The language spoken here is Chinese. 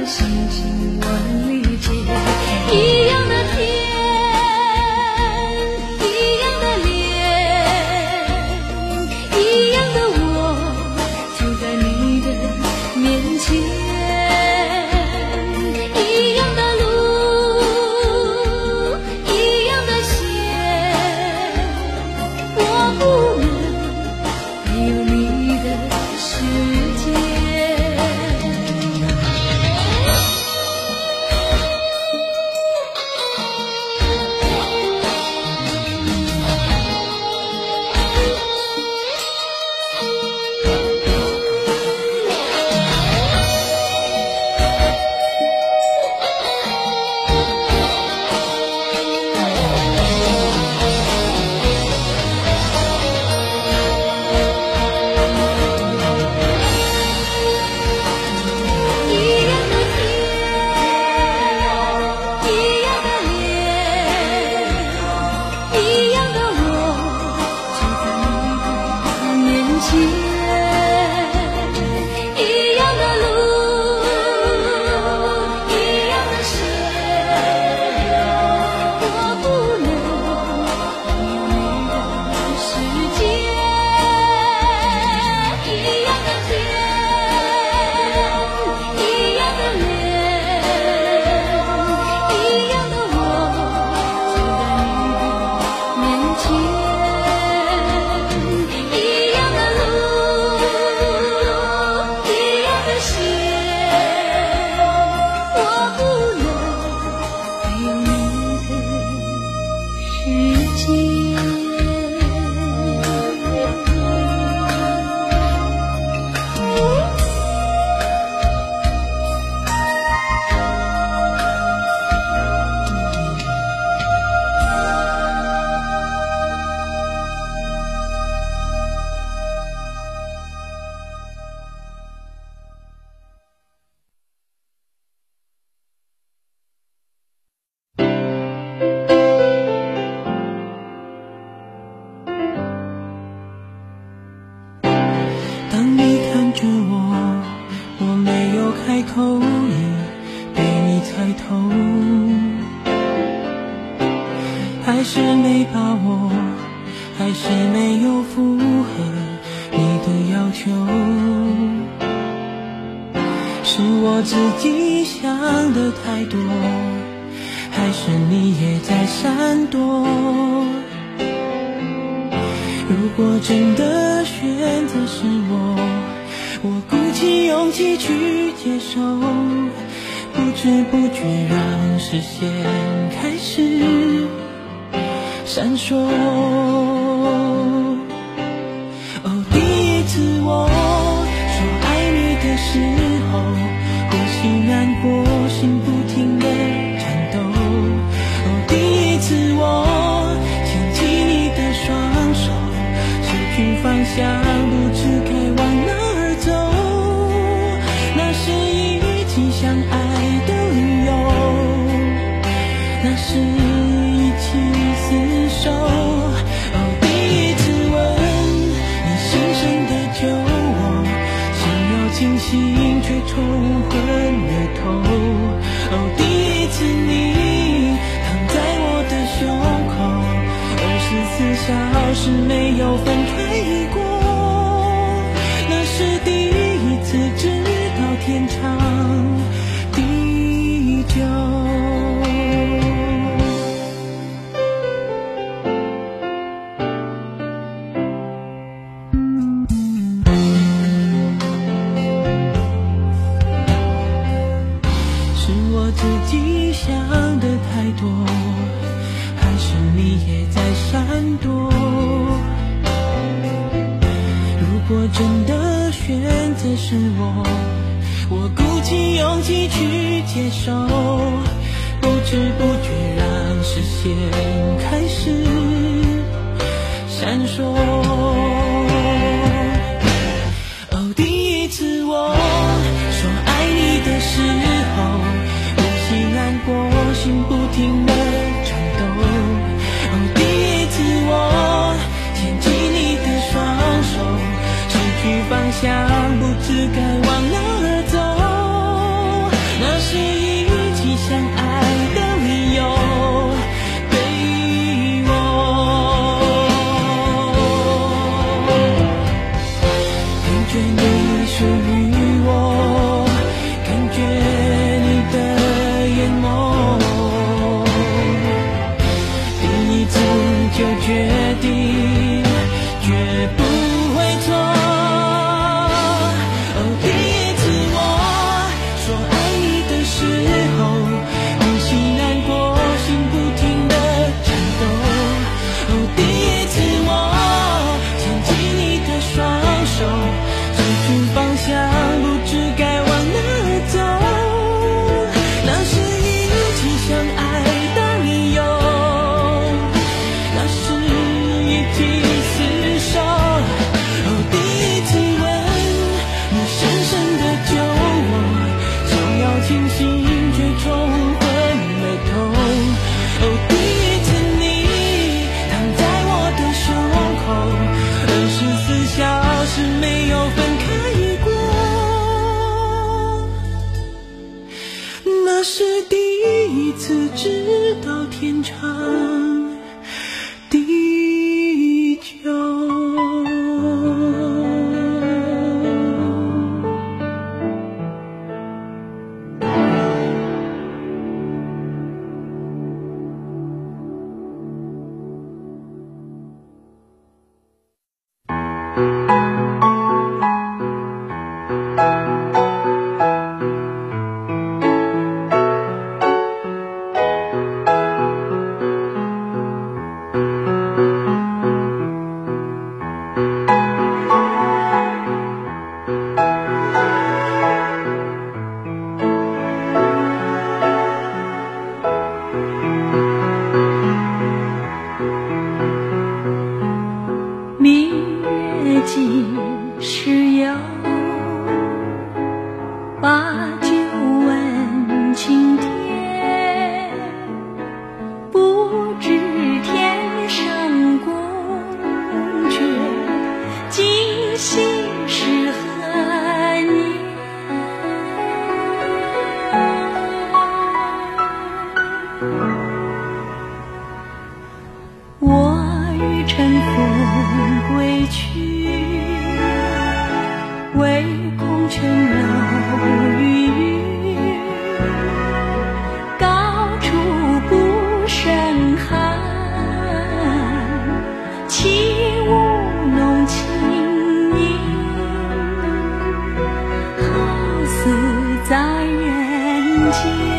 星星万里间，一样的天，一样的脸，一样的我，就在你的面前。一样的路，一样的线，我不能没有你的世界。 当你看着我，我没有开口，已被你猜透，还是没把握，还是没有符合你的要求，是我自己想的太多，还是你也在闪躲？如果真的选择是我鼓起勇气去接受，不知不觉让视线开始闪烁。哦，第一次我说爱你的时候，我心难过，心不停地颤抖。哦，第一次我牵起你的双手，失去方向，不知该往哪儿走，那是一起相爱的理由，那是一起厮守。哦，第一次吻你深深的酒窝，想要清醒却冲昏了头。哦，第一次你躺在我的胸口，24小时没有分开过，那是第一次知道天长地久。是我自己想的太多，还是你也在闪躲？如果真的选择是我鼓起勇气去接受，不知不觉让视线开始闪烁。哦，第一次我说爱你的时候，呼吸难过，心不停地颤抖。哦，第一次我牵起你的双手，失去方向，不知该往哪儿走，那此直到天长地久。 明月几时有，把酒问青天。不知天上宫阙，今夕是何年？我欲乘风归去，唯恐琼楼玉宇，高处不胜寒。起舞弄清影，好似在人间。